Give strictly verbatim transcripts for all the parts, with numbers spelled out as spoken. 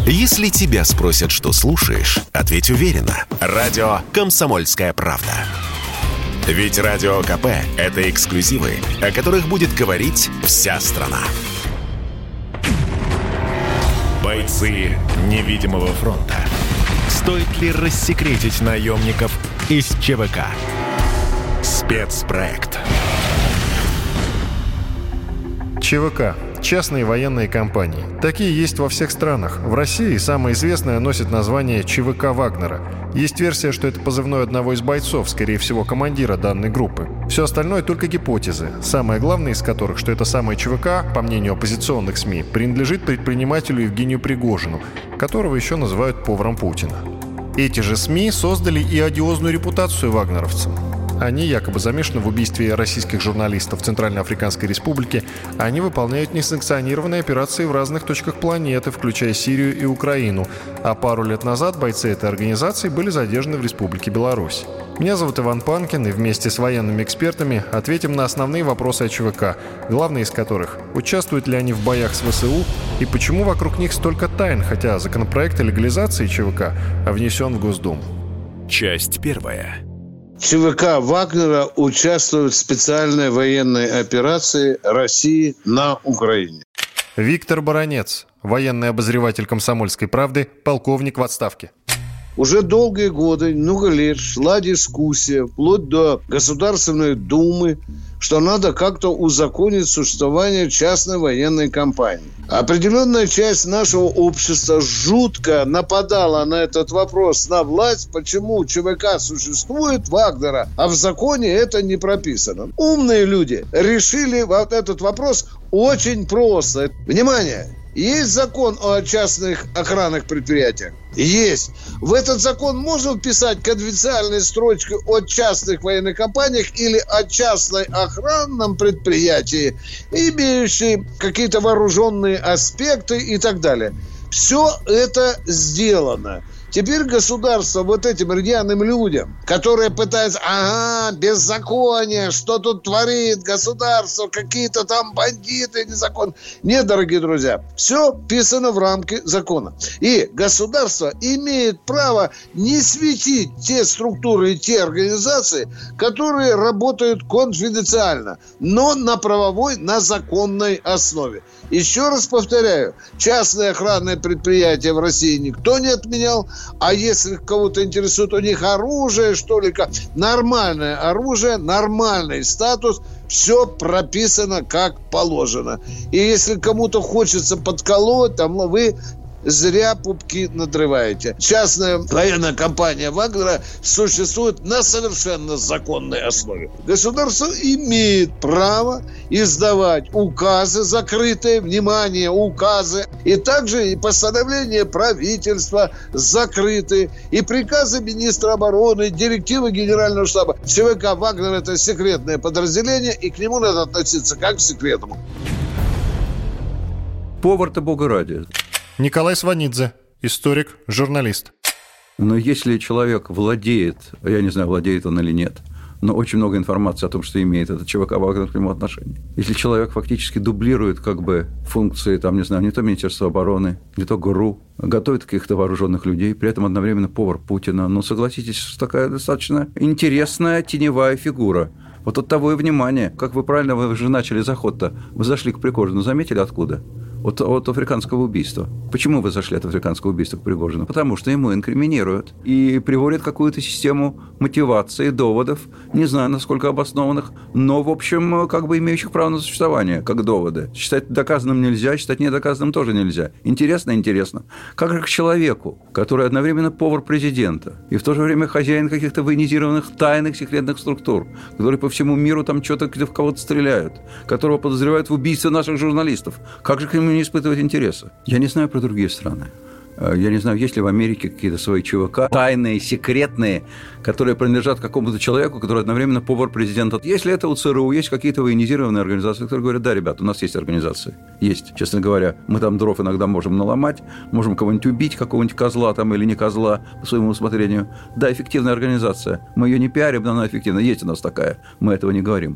Если тебя спросят, что слушаешь, ответь уверенно. Радио «Комсомольская правда». Ведь Радио КП – это эксклюзивы, о которых будет говорить вся страна. Бойцы невидимого фронта. Стоит ли рассекретить наемников из ЧВК? Спецпроект. ЧВК. Частные военные компании. Такие есть во всех странах. В России самое известное носит название ЧВК Вагнера. Есть версия, что это позывной одного из бойцов, скорее всего, командира данной группы. Все остальное только гипотезы, самое главное из которых, что это самое ЧВК, по мнению оппозиционных СМИ, принадлежит предпринимателю Евгению Пригожину, которого еще называют поваром Путина. Эти же СМИ создали и одиозную репутацию вагнеровцам. Они якобы замешаны в убийстве российских журналистов в Центральноафриканской Республике. Они выполняют несанкционированные операции в разных точках планеты, включая Сирию и Украину. А пару лет назад бойцы этой организации были задержаны в Республике Беларусь. Меня зовут Иван Панкин, и вместе с военными экспертами ответим на основные вопросы о ЧВК, главные из которых – участвуют ли они в боях с ВСУ и почему вокруг них столько тайн, хотя законопроект о легализации ЧВК внесен в Госдуму. Часть первая. ЧВК Вагнера участвует в специальной военной операции России на Украине. Виктор Баранец, военный обозреватель «Комсомольской правды», полковник в отставке. Уже долгие годы, много лет шла дискуссия, вплоть до Государственной Думы, что надо как-то узаконить существование частной военной компании. Определенная часть нашего общества жутко нападала на этот вопрос, на власть, почему ЧВК существует, Вагнера, а в законе это не прописано. Умные люди решили вот этот вопрос очень просто. Внимание! Есть закон о частных охранных предприятиях? Есть. В этот закон можно вписать конфиденциальные строчки о частных военных компаниях или о частной охранном предприятии, имеющие какие-то вооруженные аспекты и так далее. Все это сделано. Теперь государство вот этим рьяным людям, которые пытаются, ага, беззаконие, что тут творит государство, какие-то там бандиты, незаконно. Нет, дорогие друзья, все вписано в рамки закона. И государство имеет право не светить те структуры и те организации, которые работают конфиденциально, но на правовой, на законной основе. Еще раз повторяю, частные охранные предприятия в России никто не отменял. А если кого-то интересует у них оружие, что ли, нормальное оружие, нормальный статус, все прописано как положено. И если кому-то хочется подколоть, там вы зря пупки надрываете. Частная военная компания Вагнера существует на совершенно законной основе. Государство имеет право издавать указы закрытые, внимание, указы, и также и постановления правительства закрытые, и приказы министра обороны, директивы генерального штаба. ЧВК Вагнер – это секретное подразделение, и к нему надо относиться как к секретному. Повар-то бога ради. Николай Сванидзе, историк, журналист. Но если человек владеет, я не знаю, владеет он или нет, но очень много информации о том, что имеет этот ЧВК Вагнер к нему отношение. Если человек фактически дублирует как бы функции, там, не знаю, не то Министерства обороны, не то ГРУ, готовит каких-то вооруженных людей, при этом одновременно повар Путина, ну, согласитесь, что такая достаточно интересная теневая фигура. Вот от того и внимание. Как вы правильно, вы же начали заход-то. Вы зашли к Пригожину, заметили откуда? От, от африканского убийства. Почему вы зашли от африканского убийства к Пригожину? Потому что ему инкриминируют и приводят какую-то систему мотивации, доводов, не знаю, насколько обоснованных, но, в общем, как бы имеющих право на существование, как доводы. Считать доказанным нельзя, считать недоказанным тоже нельзя. Интересно, интересно. Как же к человеку, который одновременно повар президента и в то же время хозяин каких-то военизированных тайных секретных структур, которые по всему миру там что-то в кого-то стреляют, которого подозревают в убийстве наших журналистов. Как же к нему не испытывать интереса? Я не знаю про другие страны. Я не знаю, есть ли в Америке какие-то свои ЧВК, тайные, секретные, которые принадлежат какому-то человеку, который одновременно повар президента. Если это у ЦРУ, есть какие-то военизированные организации, которые говорят, да, ребята, у нас есть организации. Есть, честно говоря. Мы там дров иногда можем наломать, можем кого-нибудь убить, какого-нибудь козла там или не козла, по своему усмотрению. Да, эффективная организация. Мы ее не пиарим, но она эффективна. Есть у нас такая. Мы этого не говорим.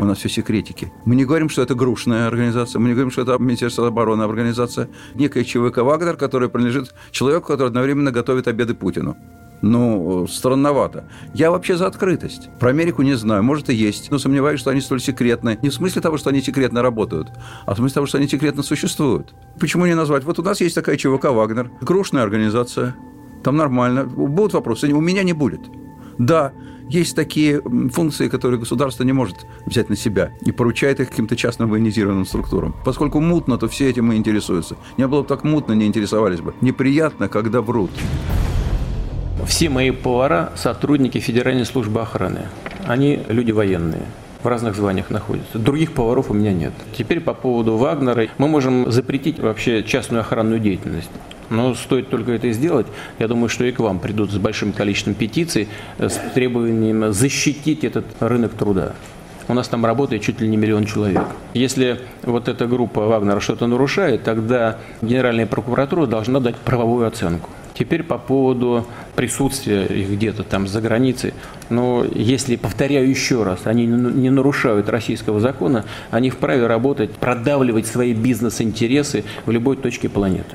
У нас все секретики. Мы не говорим, что это грушная организация, мы не говорим, что это Министерство обороны организация. Некая ЧВК «Вагнер», которая принадлежит человеку, который одновременно готовит обеды Путину. Ну, странновато. Я вообще за открытость. Про Америку не знаю, может и есть, но сомневаюсь, что они столь секретны. Не в смысле того, что они секретно работают, а в смысле того, что они секретно существуют. Почему не назвать? Вот у нас есть такая ЧВК «Вагнер», грушная организация. Там нормально. Будут вопросы? У меня не будет. Да, есть такие функции, которые государство не может взять на себя и поручает их каким-то частным военизированным структурам. Поскольку мутно, то все этим и интересуются. Не было бы так мутно, не интересовались бы. Неприятно, когда врут. Все мои повара – сотрудники Федеральной службы охраны. Они люди военные, в разных званиях находятся. Других поваров у меня нет. Теперь по поводу Вагнера. Мы можем запретить вообще частную охранную деятельность. Но стоит только это сделать, я думаю, что и к вам придут с большим количеством петиций с требованием защитить этот рынок труда. У нас там работает чуть ли не миллион человек. Если вот эта группа Вагнера что-то нарушает, тогда Генеральная прокуратура должна дать правовую оценку. Теперь по поводу присутствия их где-то там за границей. Но если, повторяю еще раз, они не нарушают российского закона, они вправе работать, продавливать свои бизнес-интересы в любой точке планеты.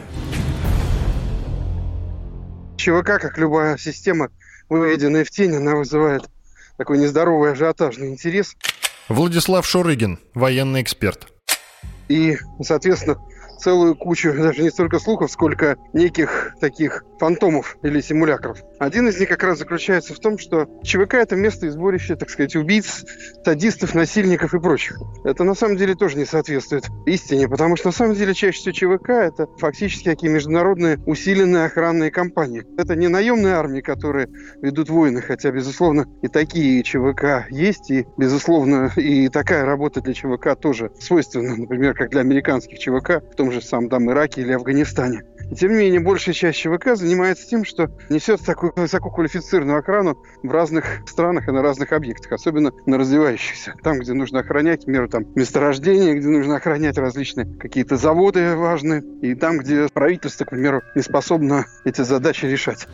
ЧВК, как любая система, выведенная в тень, она вызывает такой нездоровый ажиотажный интерес. Владислав Шурыгин, военный эксперт. И, соответственно, целую кучу даже не столько слухов, сколько неких таких фантомов или симулякров. Один из них как раз заключается в том, что ЧВК – это место сборища, так сказать, убийц, садистов, насильников и прочих. Это на самом деле тоже не соответствует истине, потому что на самом деле чаще всего ЧВК – это фактически такие международные усиленные охранные компании. Это не наемные армии, которые ведут войны, хотя, безусловно, и такие ЧВК есть, и, безусловно, и такая работа для ЧВК тоже свойственна, например, как для американских ЧВК в том же самом там Ираке или Афганистане. И, тем не менее, большая часть ЧВК занимается тем, что несет такую высококвалифицированную охрану в разных странах и на разных объектах, особенно на развивающихся. Там, где нужно охранять, к примеру, там месторождения, где нужно охранять различные какие-то заводы важные, и там, где правительство, к примеру, не способно эти задачи решать.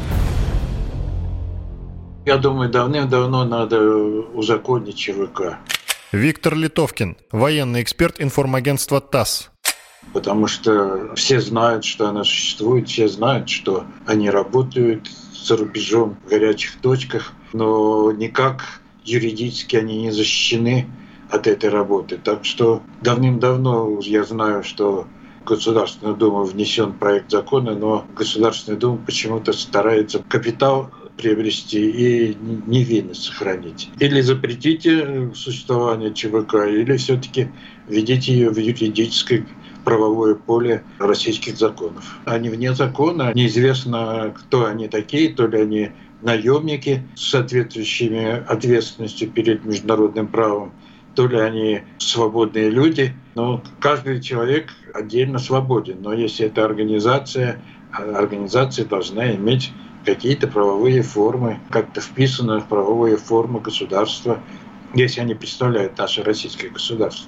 Я думаю, давным-давно надо узаконить ЧВК. Виктор Литовкин, военный эксперт информагентства ТАСС. Потому что все знают, что она существует, все знают, что они работают за рубежом в горячих точках, но никак юридически они не защищены от этой работы. Так что давным-давно я знаю, что в Государственную Думу внесен проект закона, но Государственная Дума почему-то старается капитал приобрести и невинность сохранить. Или запретите существование ЧВК, или все-таки введите ее в юридическое правовое поле российских законов. Они вне закона, неизвестно, кто они такие, то ли они наемники с соответствующими ответственностью перед международным правом, то ли они свободные люди. Но каждый человек отдельно свободен. Но если это организация, организация должна иметь какие-то правовые формы, как-то вписаны в правовые формы государства, если они представляют наше российское государство.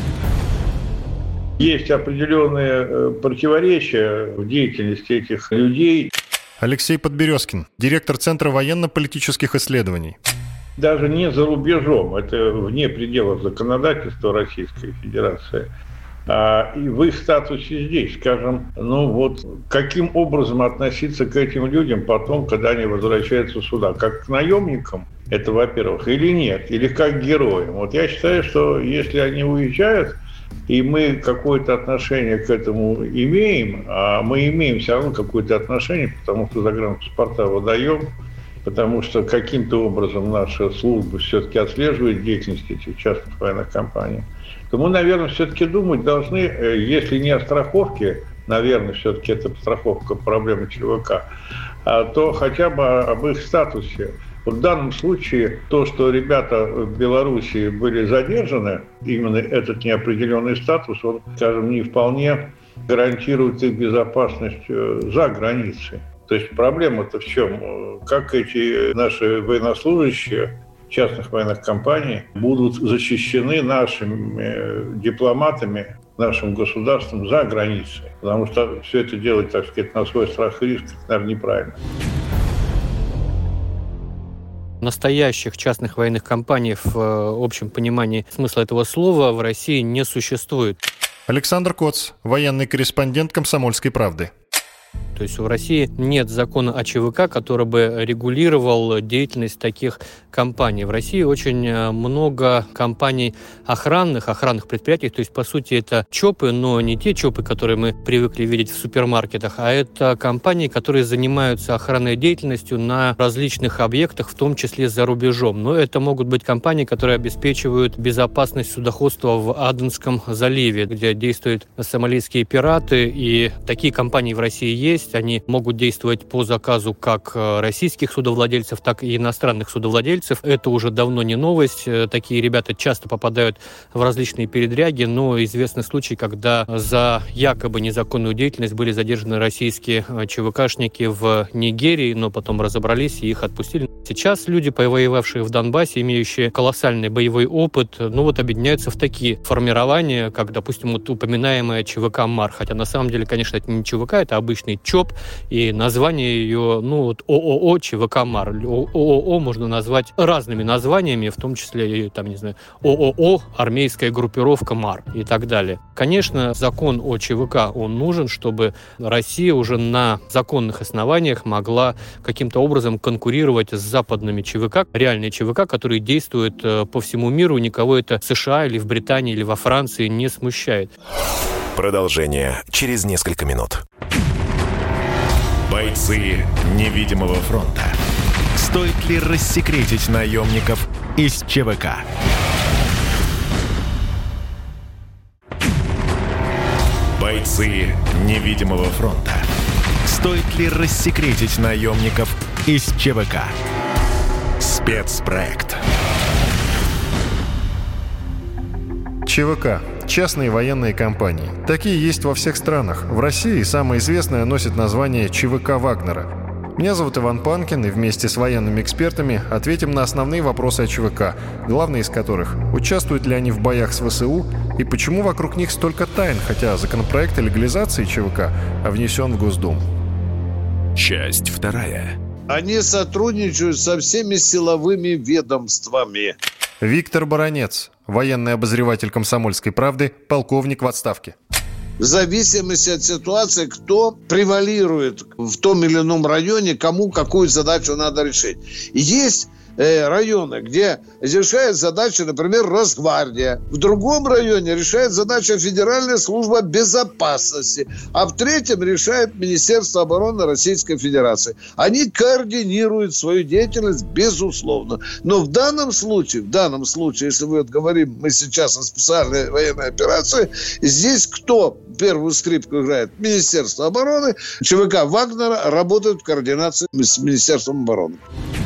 Есть определенные противоречия в деятельности этих людей. Алексей Подберезкин, директор Центра военно-политических исследований. Даже не за рубежом, это вне пределов законодательства Российской Федерации, а и в их статусе здесь, скажем, ну вот каким образом относиться к этим людям потом, когда они возвращаются сюда, как к наемникам, это во-первых, или нет, или как к героям. Вот я считаю, что если они уезжают, и мы какое-то отношение к этому имеем, а мы имеем все равно какое-то отношение, потому что загранпаспорта выдаем, потому что каким-то образом наша служба все-таки отслеживает деятельность этих частных военных компаний, то мы, наверное, все-таки думать должны, если не о страховке, наверное, все-таки это страховка проблемы ЧВК, а то хотя бы об их статусе. В данном случае то, что ребята в Беларуси были задержаны, именно этот неопределенный статус, он, скажем, не вполне гарантирует их безопасность за границей. То есть проблема-то в чем? Как эти наши военнослужащие частных военных компаний будут защищены нашими дипломатами, нашим государством за границей? Потому что все это делать, так сказать, на свой страх и риск, наверное, неправильно. настоящих частных военных компаний в общем понимании смысла этого слова в России не существует. Александр Коц, военный корреспондент «Комсомольской правды». То есть в России нет закона о ЧВК, который бы регулировал деятельность таких компаний. В России очень много компаний охранных, охранных предприятий. То есть, по сути, это ЧОПы, но не те ЧОПы, которые мы привыкли видеть в супермаркетах, а это компании, которые занимаются охранной деятельностью на различных объектах, в том числе за рубежом. Но это могут быть компании, которые обеспечивают безопасность судоходства в Аденском заливе, где действуют сомалийские пираты. И такие компании в России есть. Они могут действовать по заказу как российских судовладельцев, так и иностранных судовладельцев. Это уже давно не новость. Такие ребята часто попадают в различные передряги, но известны случаи, когда за якобы незаконную деятельность были задержаны российские ЧВКшники в Нигерии, но потом разобрались и их отпустили. Сейчас люди, повоевавшие в Донбассе, имеющие колоссальный боевой опыт, ну вот объединяются в такие формирования, как, допустим, вот упоминаемая ЧВК МАР. Хотя на самом деле, конечно, это не ЧВК, это обычный ЧОП, и название ее, ну вот ООО ЧВК МАР. ООО можно назвать разными названиями, в том числе, там, не знаю, ООО армейская группировка МАР и так далее. Конечно, закон о ЧВК, он нужен, чтобы Россия уже на законных основаниях могла каким-то образом конкурировать с западными ЧВК, реальные ЧВК, которые действуют по всему миру, никого это в США или в Британии или во Франции не смущает. Продолжение через несколько минут. Бойцы невидимого фронта. Стоит ли рассекретить наемников из ЧВК? Бойцы невидимого фронта. Стоит ли рассекретить наемников из ЧВК? Спецпроект. ЧВК – частные военные компании. Такие есть во всех странах. В России самое известное носит название ЧВК Вагнера. Меня зовут Иван Панкин, и вместе с военными экспертами ответим на основные вопросы о ЧВК, главные из которых – участвуют ли они в боях с ВСУ и почему вокруг них столько тайн, хотя законопроект о легализации ЧВК внесен в Госдуму. Часть вторая. Они сотрудничают со всеми силовыми ведомствами. Виктор Баранец, военный обозреватель «Комсомольской правды», полковник в отставке. В зависимости от ситуации, кто превалирует в том или ином районе, кому какую задачу надо решить. Есть э, районы, где решает задачи, например, Росгвардия. В другом районе решает задачу Федеральная служба безопасности. А в третьем решает Министерство обороны Российской Федерации. Они координируют свою деятельность, безусловно. Но в данном случае, в данном случае, если мы вот говорим, мы сейчас о специальной военной операции, здесь кто первую скрипку играет? Министерство обороны. ЧВК Вагнера работает в координации с Министерством обороны.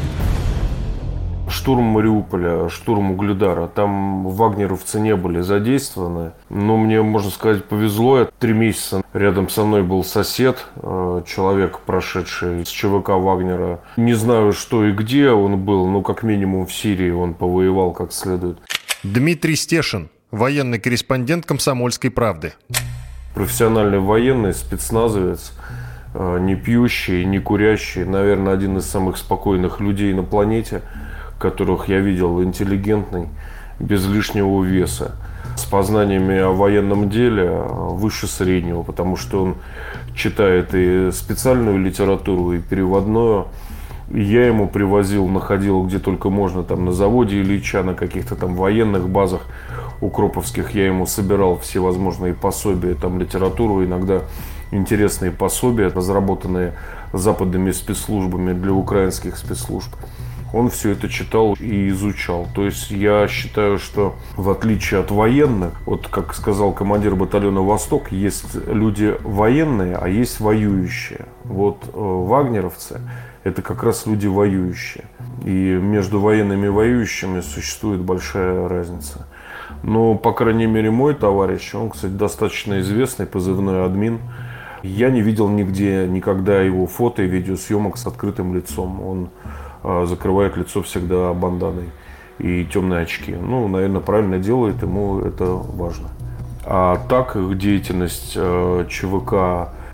Штурм Мариуполя, штурм Угледара. Там вагнеровцы не были задействованы. Но мне, можно сказать, повезло. Три месяца рядом со мной был сосед, человек, прошедший с ЧВК Вагнера. Не знаю, что и где он был, но как минимум в Сирии он повоевал как следует. Дмитрий Стешин, военный корреспондент «Комсомольской правды». Профессиональный военный, спецназовец, не пьющий, не курящий. Наверное, один из самых спокойных людей на планете, которых я видел, интеллигентный, без лишнего веса, с познаниями о военном деле выше среднего, потому что он читает и специальную литературу, и переводную. Я ему привозил, находил где только можно, там на заводе Ильича, на каких-то там военных базах укроповских. Я ему собирал всевозможные пособия, там литературу, иногда интересные пособия, разработанные западными спецслужбами для украинских спецслужб. Он все это читал и изучал. То есть я считаю, что в отличие от военных, вот как сказал командир батальона «Восток», есть люди военные, а есть воюющие. Вот э, вагнеровцы – это как раз люди воюющие. И между военными и воюющими существует большая разница. Но, по крайней мере, мой товарищ, он, кстати, достаточно известный, позывной «Админ». Я не видел нигде никогда его фото и видеосъемок с открытым лицом. Он закрывает лицо всегда банданой и темные очки. Ну, наверное, правильно делает, ему это важно. А так, их деятельность ЧВК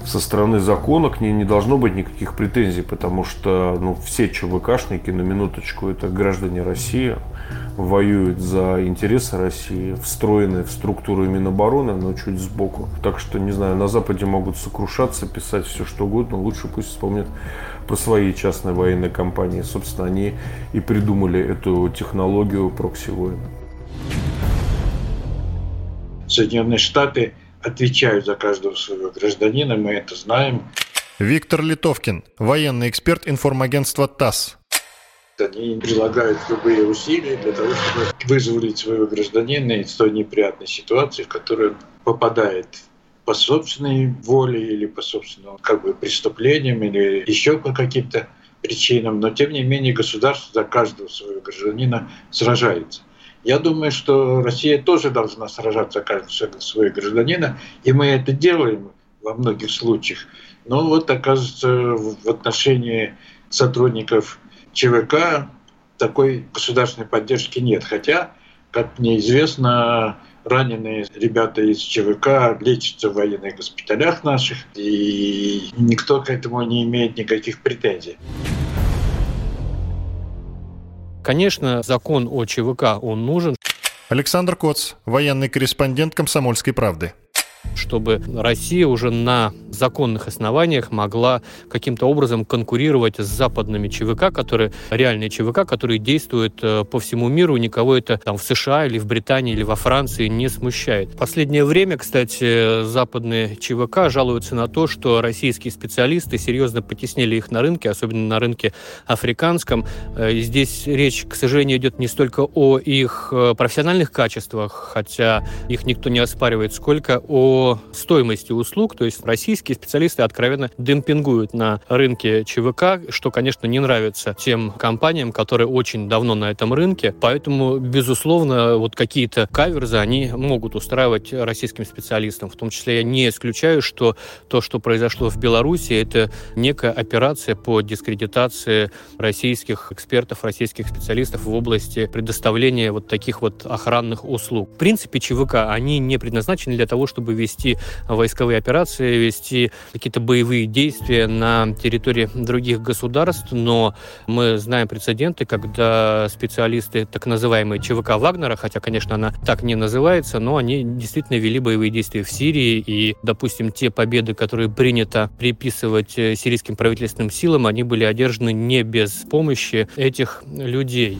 со стороны закона к ней не должно быть никаких претензий, потому что ну, все ЧВКшники, на минуточку, это граждане России, воюют за интересы России, встроены в структуру Минобороны, но чуть сбоку. Так что, не знаю, на Западе могут сокрушаться, писать все, что угодно. Лучше пусть вспомнят про свои частные военные компании. Собственно, они и придумали эту технологию прокси-войн. Соединенные Штаты отвечают за каждого своего гражданина, мы это знаем. Виктор Литовкин, военный эксперт информагентства ТАСС. Они прилагают любые усилия для того, чтобы вызволить своего гражданина из той неприятной ситуации, в которую он попадает по собственной воле или по собственным как бы, преступлениям или еще по каким-то причинам. Но, тем не менее, государство за каждого своего гражданина сражается. Я думаю, что Россия тоже должна сражаться за каждого своего гражданина, и мы это делаем во многих случаях. Но вот, оказывается, в отношении сотрудников ЧВК такой государственной поддержки нет. Хотя, как мне известно, раненые ребята из ЧВК лечатся в военных госпиталях наших, и никто к этому не имеет никаких претензий. Конечно, закон о ЧВК, он нужен. Александр Коц, военный корреспондент «Комсомольской правды». Чтобы Россия уже на законных основаниях могла каким-то образом конкурировать с западными ЧВК, которые реальные ЧВК, которые действуют по всему миру, никого это там в США или в Британии или во Франции не смущает. В последнее время, кстати, западные ЧВК жалуются на то, что российские специалисты серьезно потеснили их на рынке, особенно на рынке африканском. И здесь речь, к сожалению, идет не столько о их профессиональных качествах, хотя их никто не оспаривает, сколько о стоимости услуг, то есть российские специалисты откровенно демпингуют на рынке ЧВК, что, конечно, не нравится тем компаниям, которые очень давно на этом рынке, поэтому, безусловно, вот какие-то каверзы они могут устраивать российским специалистам, в том числе я не исключаю, что то, что произошло в Беларуси, это некая операция по дискредитации российских экспертов, российских специалистов в области предоставления вот таких вот охранных услуг. В принципе, ЧВК, они не предназначены для того, чтобы вести войсковые операции, вести какие-то боевые действия на территории других государств, но мы знаем прецеденты, когда специалисты так называемые ЧВК Вагнера, хотя, конечно, она так не называется, но они действительно вели боевые действия в Сирии, и, допустим, те победы, которые принято приписывать сирийским правительственным силам, они были одержаны не без помощи этих людей.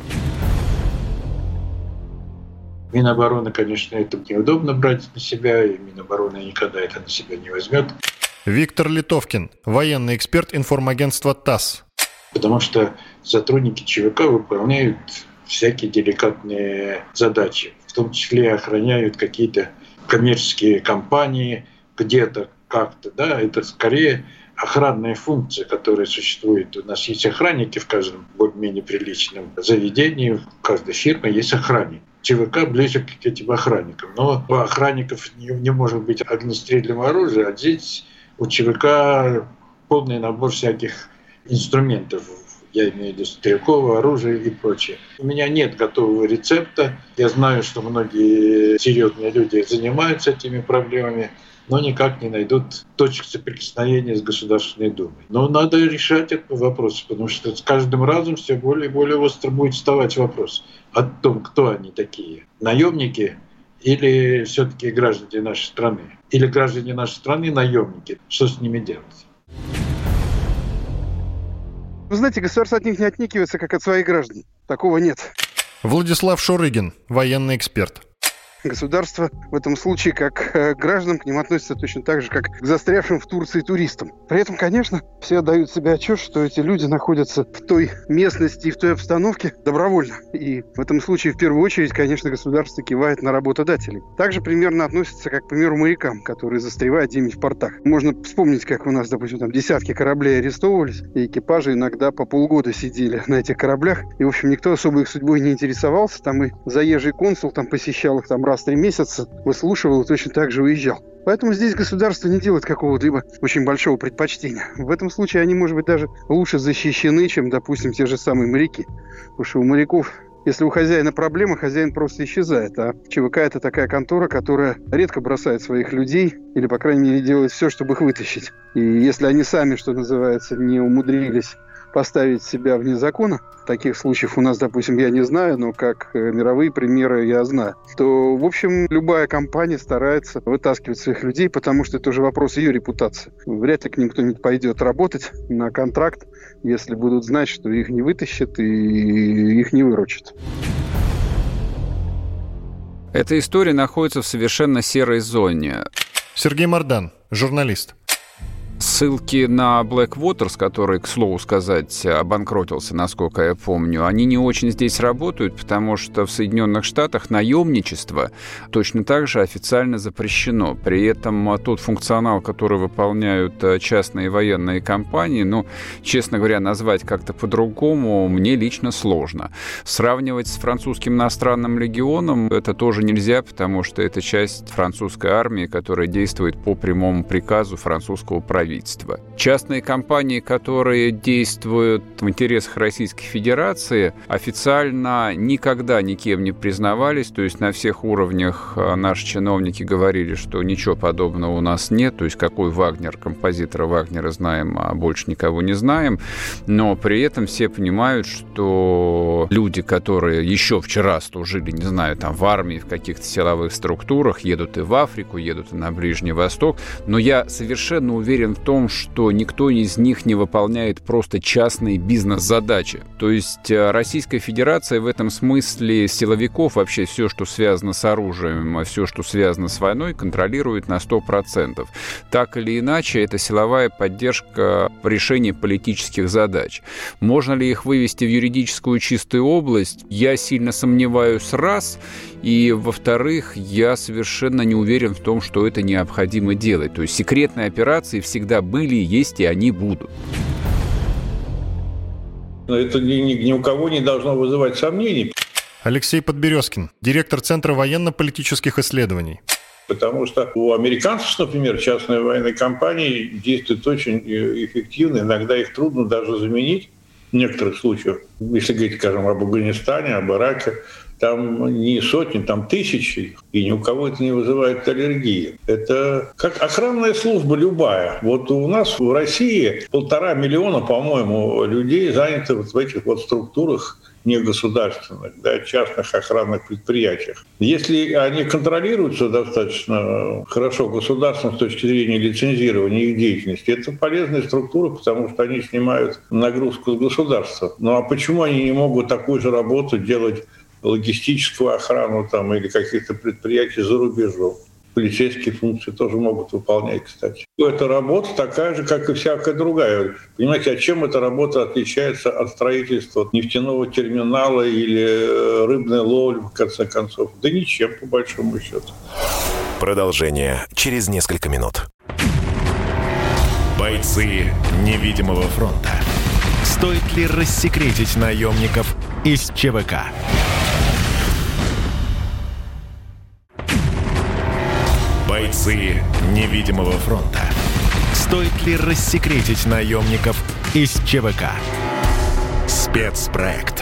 Минобороны, конечно, это неудобно брать на себя, и Минобороны никогда это на себя не возьмет. Виктор Литовкин, военный эксперт информагентства ТАСС. Потому что сотрудники ЧВК выполняют всякие деликатные задачи, в том числе охраняют какие-то коммерческие компании где-то как-то, да, это скорее охранная функция, которая существует. У нас есть охранники в каждом более-менее приличном заведении, в каждой фирме есть охранник. ЧВК ближе к этим охранникам. Но у охранников не, не может быть огнестрельного оружия, а здесь у ЧВК полный набор всяких инструментов. Я имею в виду стрелковое оружие и прочее. У меня нет готового рецепта. Я знаю, что многие серьезные люди занимаются этими проблемами, но никак не найдут точек соприкосновения с Государственной Думой. Но надо решать этот вопрос, потому что с каждым разом все более и более остро будет вставать вопрос о том, кто они такие. Наемники или все-таки граждане нашей страны? Или граждане нашей страны наемники? Что с ними делать? Вы знаете, государство от них не отнекивается, как от своих граждан. Такого нет. Владислав Шурыгин, военный эксперт. Государство в этом случае, как к гражданам, к ним относится точно так же, как к застрявшим в Турции туристам. При этом, конечно, все отдают себе отчет, что эти люди находятся в той местности и в той обстановке добровольно. И в этом случае, в первую очередь, конечно, государство кивает на работодателей. Также примерно относится, как, к примеру, морякам, которые застревают где-нибудь в портах. Можно вспомнить, как у нас, допустим, там десятки кораблей арестовывались, и экипажи иногда по полгода сидели на этих кораблях. И, в общем, никто особо их судьбой не интересовался. Там и заезжий консул там посещал их там раз в три месяца, выслушивал и точно так же уезжал. Поэтому здесь государство не делает какого-либо очень большого предпочтения. В этом случае они, может быть, даже лучше защищены, чем, допустим, те же самые моряки. Потому что у моряков Если у хозяина проблемы, хозяин просто исчезает. А ЧВК – это такая контора, которая редко бросает своих людей или, по крайней мере, делает все, чтобы их вытащить. И если они сами, что называется, не умудрились поставить себя вне закона, таких случаев у нас, допустим, я не знаю, но как мировые примеры я знаю, то, в общем, любая компания старается вытаскивать своих людей, потому что это уже вопрос ее репутации. Вряд ли к ним кто-нибудь пойдет работать на контракт, если будут знать, что их не вытащат и их не выручат. Эта история находится в совершенно серой зоне. Сергей Мардан, журналист. Ссылки на Blackwaters, который, к слову сказать, обанкротился, насколько я помню, они не очень здесь работают, потому что в Соединенных Штатах наемничество точно так же официально запрещено. При этом тот функционал, который выполняют частные военные компании, ну, честно говоря, назвать как-то по-другому мне лично сложно. Сравнивать с французским иностранным легионом это тоже нельзя, потому что это часть французской армии, которая действует по прямому приказу французского правительства. Частные компании, которые действуют в интересах Российской Федерации, официально никогда никем не признавались, то есть на всех уровнях наши чиновники говорили, что ничего подобного у нас нет, то есть какой Вагнер, композитора Вагнера знаем, а больше никого не знаем, но при этом все понимают, что люди, которые еще вчера служили, не знаю, там в армии, в каких-то силовых структурах, едут и в Африку, едут и на Ближний Восток, но я совершенно уверен в том, что никто из них не выполняет просто частные бизнес-задачи. То есть Российская Федерация в этом смысле силовиков, вообще все, что связано с оружием, все, что связано с войной, контролирует на сто процентов. Так или иначе, это силовая поддержка в решении политических задач. Можно ли их вывести в юридическую чистую область? Я сильно сомневаюсь, раз. И, во-вторых, я совершенно не уверен в том, что это необходимо делать. То есть секретные операции всегда были, есть и они будут. Но это ни, ни, ни у кого не должно вызывать сомнений. Алексей Подберезкин, директор Центра военно-политических исследований. Потому что у американцев, например, частные военные компании действуют очень эффективно. Иногда их трудно даже заменить в некоторых случаях. Если говорить, скажем, об Афганистане, об Ираке, там не сотни, там тысячи, и ни у кого это не вызывает аллергии. Это как охранная служба любая. Вот у нас в России полтора миллиона, по-моему, людей заняты вот в этих вот структурах негосударственных, да, частных охранных предприятиях. Если они контролируются достаточно хорошо государством с точки зрения лицензирования их деятельности, это полезные структуры, потому что они снимают нагрузку с государства. Ну а почему они не могут такую же работу делать, логистическую охрану там, или каких-то предприятий за рубежом? Полицейские функции тоже могут выполнять, кстати. Эта работа такая же, как и всякая другая. Понимаете, а чем эта работа отличается от строительства нефтяного терминала или рыбной ловли, в конце концов? Да ничем, по большому счету. Продолжение через несколько минут. Бойцы невидимого фронта. Стоит ли рассекретить наемников из ЧВК? Бойцы невидимого фронта. Стоит ли рассекретить наемников из ЧВК? Спецпроект.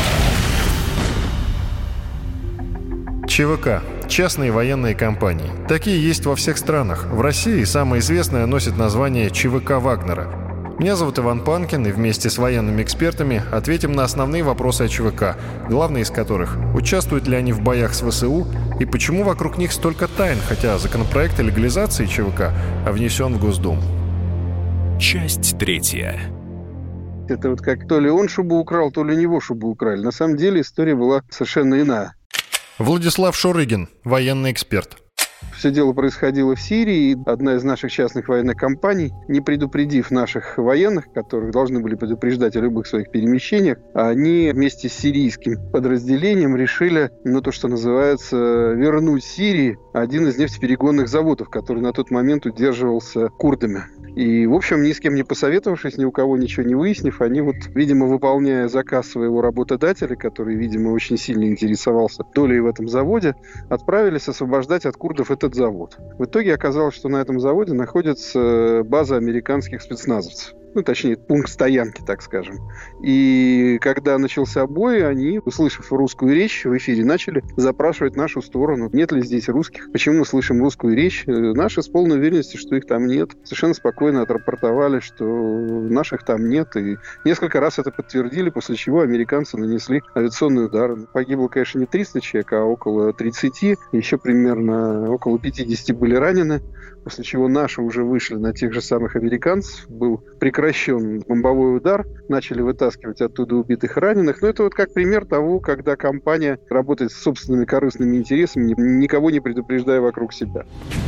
ЧВК. Частные военные компании. Такие есть во всех странах. В России самая известная носит название ЧВК Вагнера. Меня зовут Иван Панкин, и вместе с военными экспертами ответим на основные вопросы о ЧВК, главные из которых – участвуют ли они в боях с ВСУ и почему вокруг них столько тайн, хотя законопроект о легализации ЧВК внесен в Госдуму. Часть третья. Это вот как то ли он шубу украл, то ли него шубу украли. На самом деле история была совершенно иная. Владислав Шурыгин, военный эксперт. Все дело происходило в Сирии, и одна из наших частных военных компаний, не предупредив наших военных, которых должны были предупреждать о любых своих перемещениях, они вместе с сирийским подразделением решили, ну, то, что называется, вернуть Сирии один из нефтеперегонных заводов, который на тот момент удерживался курдами. И, в общем, ни с кем не посоветовавшись, ни у кого ничего не выяснив, они вот, видимо, выполняя заказ своего работодателя, который, видимо, очень сильно интересовался долей в этом заводе, отправились освобождать от курдов этот завод. В итоге оказалось, что на этом заводе находится база американских спецназовцев. ну, точнее, пункт стоянки, так скажем. И когда начался бой, они, услышав русскую речь в эфире, начали запрашивать нашу сторону. Нет ли здесь русских? Почему мы слышим русскую речь? Наши с полной уверенностью, что их там нет. Совершенно спокойно отрапортовали, что наших там нет. И несколько раз это подтвердили, после чего американцы нанесли авиационный удар. Погибло, конечно, не триста человек, а около тридцати. Еще примерно около пятидесяти были ранены. После чего наши уже вышли на тех же самых американцев. Был прекращен бомбовой удар. Начали вытаскивать оттуда убитых и раненых. Но это вот как пример того, когда компания работает с собственными корыстными интересами, никого не предупреждая вокруг себя.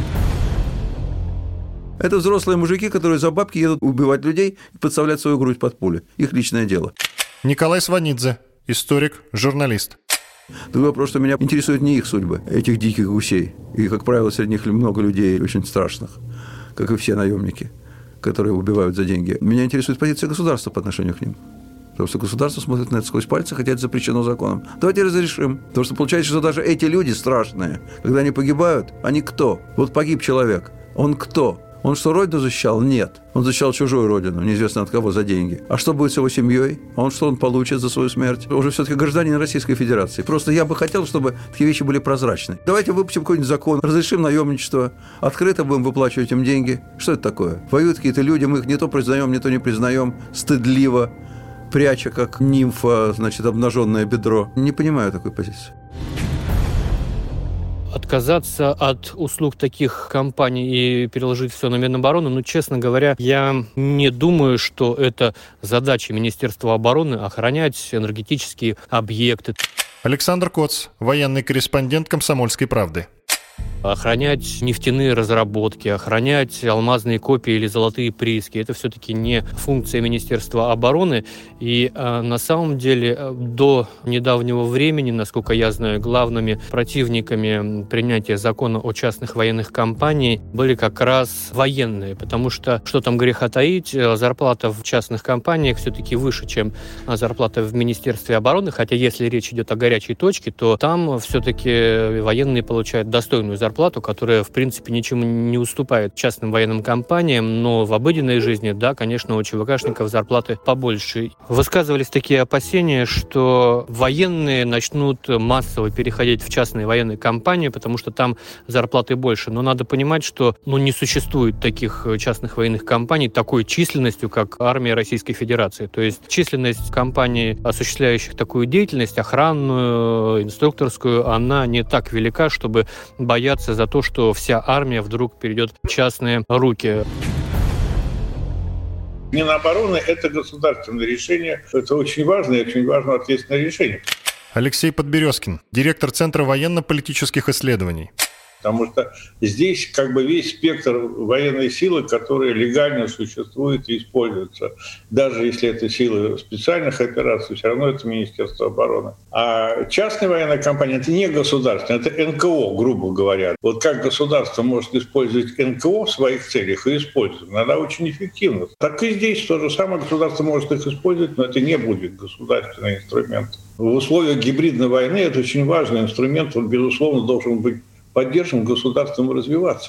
Это взрослые мужики, которые за бабки едут убивать людей и подставлять свою грудь под пули. Их личное дело. Николай Сванидзе, историк, журналист. Другой вопрос, что меня интересуют не их судьбы, этих диких гусей. И, как правило, среди них много людей очень страшных, как и все наемники, которые убивают за деньги. Меня интересует позиция государства по отношению к ним. Потому что государство смотрит на это сквозь пальцы, хотя это запрещено законом. Давайте разрешим. Потому что получается, что даже эти люди страшные, когда они погибают, они кто? Вот погиб человек. Он кто? Он что, родину защищал? Нет. Он защищал чужую родину, неизвестно от кого, за деньги. А что будет с его семьей? Он что он получит за свою смерть? Он уже все-таки гражданин Российской Федерации. Просто я бы хотел, чтобы такие вещи были прозрачны. Давайте выпустим какой-нибудь закон, разрешим наемничество, открыто будем выплачивать им деньги. Что это такое? Воюют какие-то люди, мы их не то признаем, не то не признаем, стыдливо, пряча, как нимфа, значит, обнаженное бедро. Не понимаю такой позиции. Отказаться от услуг таких компаний и переложить все на Минобороны, ну, честно говоря, я не думаю, что это задача Министерства обороны охранять энергетические объекты. Александр Коц, военный корреспондент «Комсомольской правды». Охранять нефтяные разработки, охранять алмазные копии или золотые прииски – это все-таки не функция Министерства обороны. И э, на самом деле до недавнего времени, насколько я знаю, главными противниками принятия закона о частных военных компаниях были как раз военные. Потому что, что там греха таить, зарплата в частных компаниях все-таки выше, чем зарплата в Министерстве обороны. Хотя если речь идет о горячей точке, то там все-таки военные получают достойную зарплату, которая, в принципе, ничему не уступает частным военным компаниям, но в обыденной жизни, да, конечно, у ЧВКшников зарплаты побольше. Высказывались такие опасения, что военные начнут массово переходить в частные военные компании, потому что там зарплаты больше. Но надо понимать, что ну, не существует таких частных военных компаний такой численностью, как армия Российской Федерации. То есть численность компаний, осуществляющих такую деятельность, охранную, инструкторскую, она не так велика, чтобы бояться за то, что вся армия вдруг перейдет в частные руки. Минобороны – это государственное решение. Это очень важное и очень важное ответственное решение. Алексей Подберезкин, директор Центра военно-политических исследований. Потому что здесь как бы весь спектр военной силы, которые легально существуют и используются. Даже если это силы специальных операций, все равно это Министерство обороны. А частная военная компания – это не государственная, это эн ка о, грубо говоря. Вот как государство может использовать эн ка о в своих целях и использует, иногда очень эффективно. Так и здесь то же самое, государство может их использовать, но это не будет государственный инструмент. В условиях гибридной войны это очень важный инструмент, он, безусловно, должен быть поддержим государством развиваться.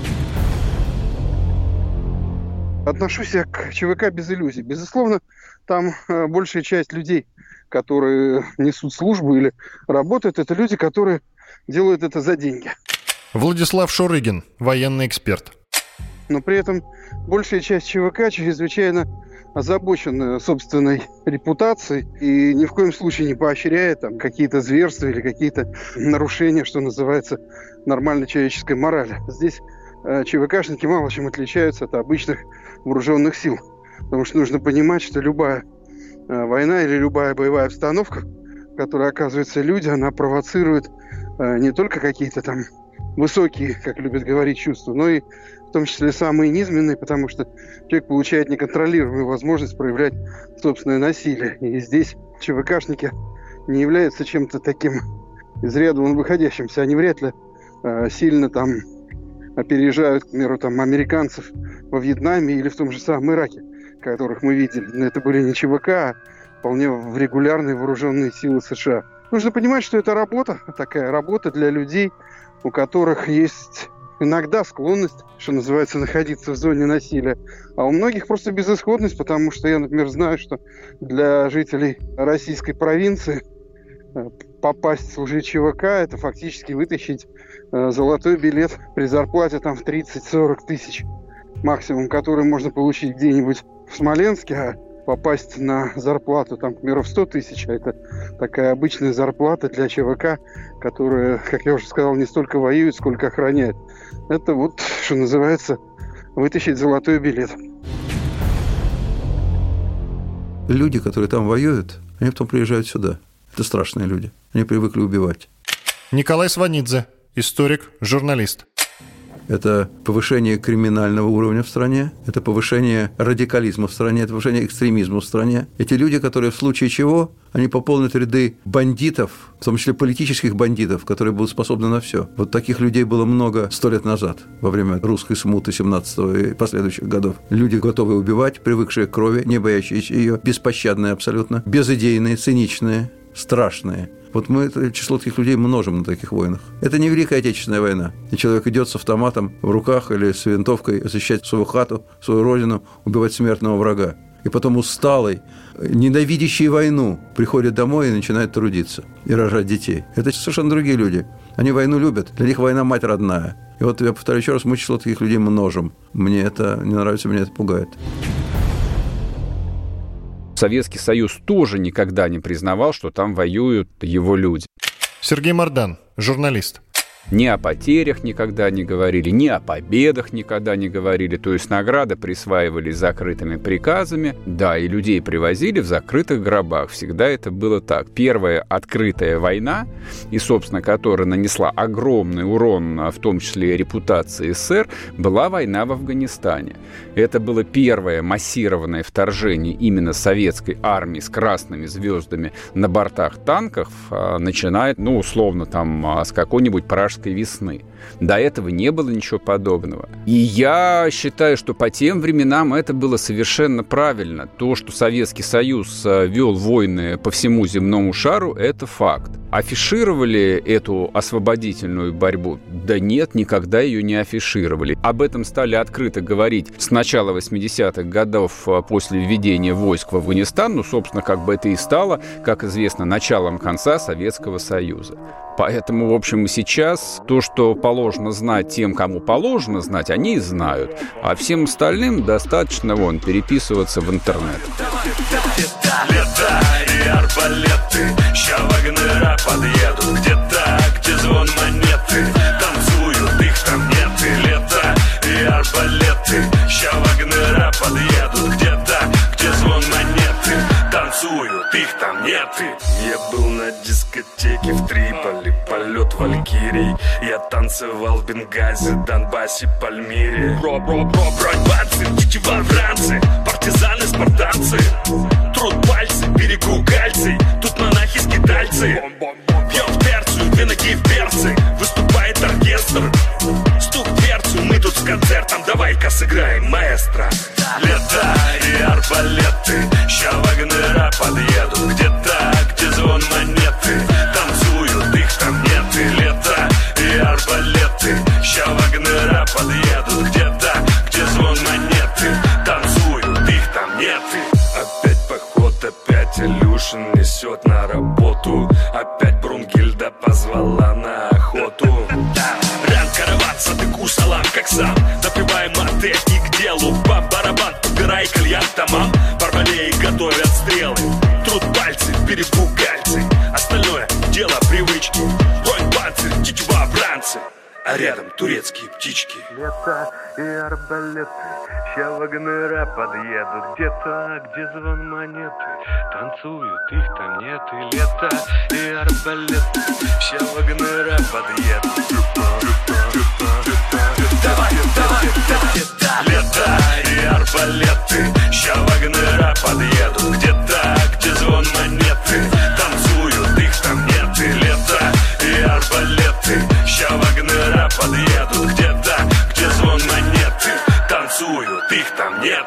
Отношусь я к ЧВК без иллюзий. Безусловно, там э, большая часть людей, которые несут службу или работают, это люди, которые делают это за деньги. Владислав Шурыгин, военный эксперт. Но при этом большая часть ЧВК чрезвычайно озабочен собственной репутацией и ни в коем случае не поощряет там какие-то зверства или какие-то нарушения, что называется, нормальной человеческой морали. Здесь э, ЧВКшники мало чем отличаются от обычных вооруженных сил. Потому что нужно понимать, что любая э, война или любая боевая обстановка, в которой оказываются люди, она провоцирует э, не только какие-то там высокие, как любят говорить, чувства, но и в том числе самые низменные, потому что человек получает неконтролируемую возможность проявлять собственное насилие. И здесь ЧВКшники не являются чем-то таким из ряда вон выходящимся. Они вряд ли э, сильно там опережают, к примеру, там, американцев во Вьетнаме или в том же самом Ираке, которых мы видели. Но это были не ЧВК, а вполне регулярные вооруженные силы США. Нужно понимать, что это работа, такая работа для людей, у которых есть иногда склонность, что называется, находиться в зоне насилия. А у многих просто безысходность, потому что я, например, знаю, что для жителей российской провинции попасть служить ЧВК – это фактически вытащить э, золотой билет при зарплате там в тридцать-сорок тысяч максимум, который можно получить где-нибудь в Смоленске, а попасть на зарплату там, к примеру, в сто тысяч, а это такая обычная зарплата для ЧВК, которая, как я уже сказал, не столько воюет, сколько охраняет. Это вот, что называется, вытащить золотой билет. Люди, которые там воюют, они потом приезжают сюда. Это страшные люди. Они привыкли убивать. Николай Сванидзе, историк, журналист. Это повышение криминального уровня в стране, это повышение радикализма в стране, это повышение экстремизма в стране. Эти люди, которые в случае чего, они пополнят ряды бандитов, в том числе политических бандитов, которые будут способны на все. Вот таких людей было много сто лет назад, во время русской смуты семнадцатого и последующих годов. Люди, готовые убивать, привыкшие к крови, не боящиеся ее, беспощадные абсолютно, безыдейные, циничные, страшные. Вот мы это число таких людей множим на таких войнах. Это не Великая Отечественная война. И человек идет с автоматом в руках или с винтовкой защищать свою хату, свою родину, убивать смертного врага. И потом усталый, ненавидящий войну, приходит домой и начинает трудиться и рожать детей. Это совершенно другие люди. Они войну любят. Для них война мать родная. И вот я повторю еще раз, мы число таких людей множим. Мне это не нравится, меня это пугает. Советский Союз тоже никогда не признавал, что там воюют его люди. Сергей Мардан, журналист. Ни о потерях никогда не говорили, ни о победах никогда не говорили. То есть награды присваивались закрытыми приказами. Да, и людей привозили в закрытых гробах. Всегда это было так. Первая открытая война, и, собственно, которая нанесла огромный урон, в том числе и репутации СССР, была война в Афганистане. Это было первое массированное вторжение именно советской армии с красными звездами на бортах танков, начиная, ну, условно, там, с какой-нибудь пражской весны. До этого не было ничего подобного. И я считаю, что по тем временам это было совершенно правильно. То, что Советский Союз вел войны по всему земному шару, это факт. Афишировали эту освободительную борьбу? Да нет, никогда ее не афишировали. Об этом стали открыто говорить с начала восьмидесятых годов после введения войск в Афганистан. Ну, собственно, как бы это и стало, как известно, началом конца Советского Союза. Поэтому, в общем, сейчас то, что положено знать тем, кому положено знать, они и знают. А всем остальным достаточно, вон, переписываться в интернет. Лето и арбалеты, ща вагнера подъедут. Где-то, где звон монеты, танцуют, их там нет. И лето и арбалеты, ща вагнера подъедут. Где-то, где звон монеты, танцуют, их там нет. Я был на дискотеке в Триполи, полет валькирий. Я танцевал в Бенгази, Донбассе, Пальмире. Ро-ро-ро, броньбанцы, тетива францы, партизаны, спартанцы. Труд пальцы, берегу кальций, тут монахи-скитальцы. Пьем в терцию, две ноги в перцы, выступает оркестр. Стук в дверцу, мы тут с концертом, давай-ка сыграем, маэстро. Лето и арбалеты, ща вагнера подъедут. Где-то, где звон монеты, танцуют, их там нет. И лето и арбалеты, ща вагнера подъедут. Где-то, где звон монеты, танцуют, их там нет. Опять поход, опять Илюшин несет на работу. Опять Брунгильда позвала на охоту. Ран караваться, ты кусалам, как сам. Допиваем мате и к делу. Бам-барабан, убирай кальян тамам. Барбалеи готовят стрелы. Труд пальцы, берегу кальций. Остальное дело привычки. Бронь, панцирь, тетива, бранцы. А рядом турецкие птички. Лето и арбалеты, ща вагнера подъедут. Где-то, где звон монеты, танцуют, их там нет. И лето и арбалеты, ща вагнера подъедут. Давай, давай, давай. Лето и арбалеты, ща вагнера подъедут. Где-то, где звон монеты, танцуют, их там нет. И лето и арбалеты, ща вагнера подъедут. Где-то, где звон монеты, танцуют, их там нет.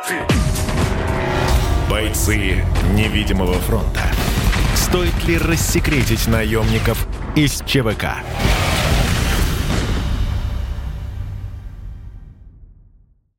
Бойцы невидимого фронта. Стоит ли рассекретить наемников из ЧВК?